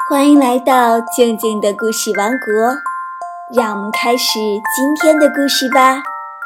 欢迎来到静静的故事王国，让我们开始今天的故事吧。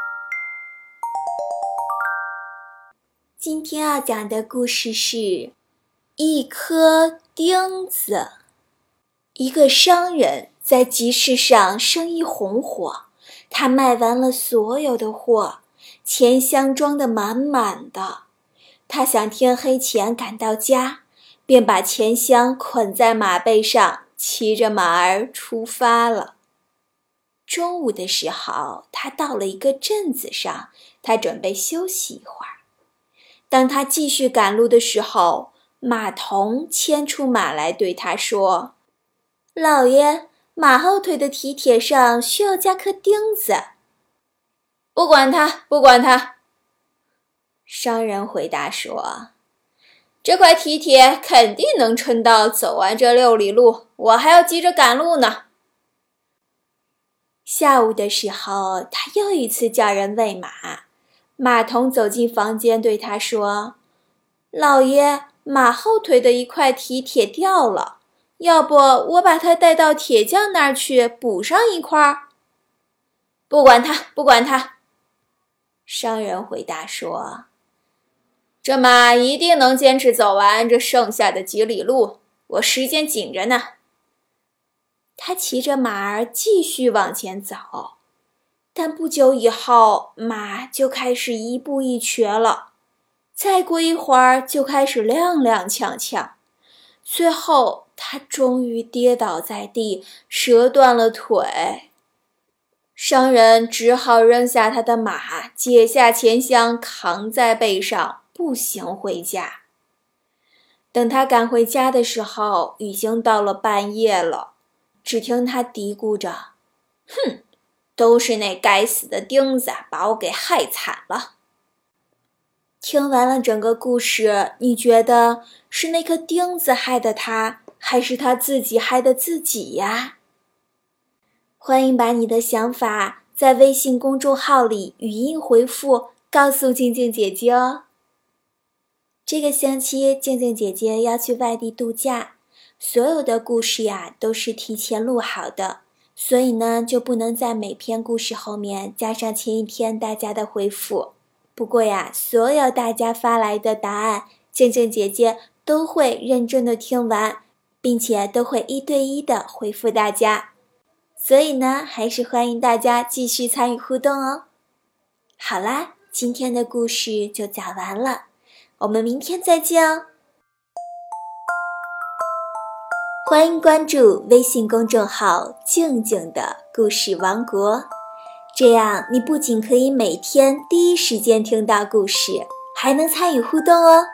今天要讲的故事是一颗钉子。一个商人在集市上生意红火，他卖完了所有的货，钱箱装得满满的。他想天黑前赶到家，便把钱箱捆在马背上，骑着马儿出发了。中午的时候，他到了一个镇子上，他准备休息一会儿。当他继续赶路的时候，马童牵出马来对他说：“老爷，马后腿的蹄铁上需要加颗钉子。”“不管它，不管它。”商人回答说，“这块蹄铁肯定能撑到走完这6里路，我还要急着赶路呢。”下午的时候，他又一次叫人喂马。马童走进房间对他说：“老爷，马后腿的一块蹄铁掉了，要不我把它带到铁匠那儿去补上一块？”“不管它，不管它。”商人回答说，“这马一定能坚持走完这剩下的几里路，我时间紧着呢。”他骑着马儿继续往前走，但不久以后，马就开始一步一瘸了，再过一会儿就开始踉踉跄跄，最后他终于跌倒在地，折断了腿。商人只好扔下他的马，解下钱箱扛在背上，步行回家。等他赶回家的时候，已经到了半夜了。只听他嘀咕着：“哼，都是那该死的钉子把我给害惨了。”听完了整个故事，你觉得是那颗钉子害的他，还是他自己害的自己呀？欢迎把你的想法在微信公众号里语音回复，告诉静静姐姐哦。这个星期静静姐姐要去外地度假，所有的故事呀都是提前录好的，所以呢就不能在每篇故事后面加上前一天大家的回复。不过呀，所有大家发来的答案，静静姐姐都会认真的听完，并且都会1对1的回复大家。所以呢，还是欢迎大家继续参与互动哦。好啦，今天的故事就讲完了，我们明天再见哦。欢迎关注微信公众号静静的故事王国，这样你不仅可以每天第一时间听到故事，还能参与互动哦。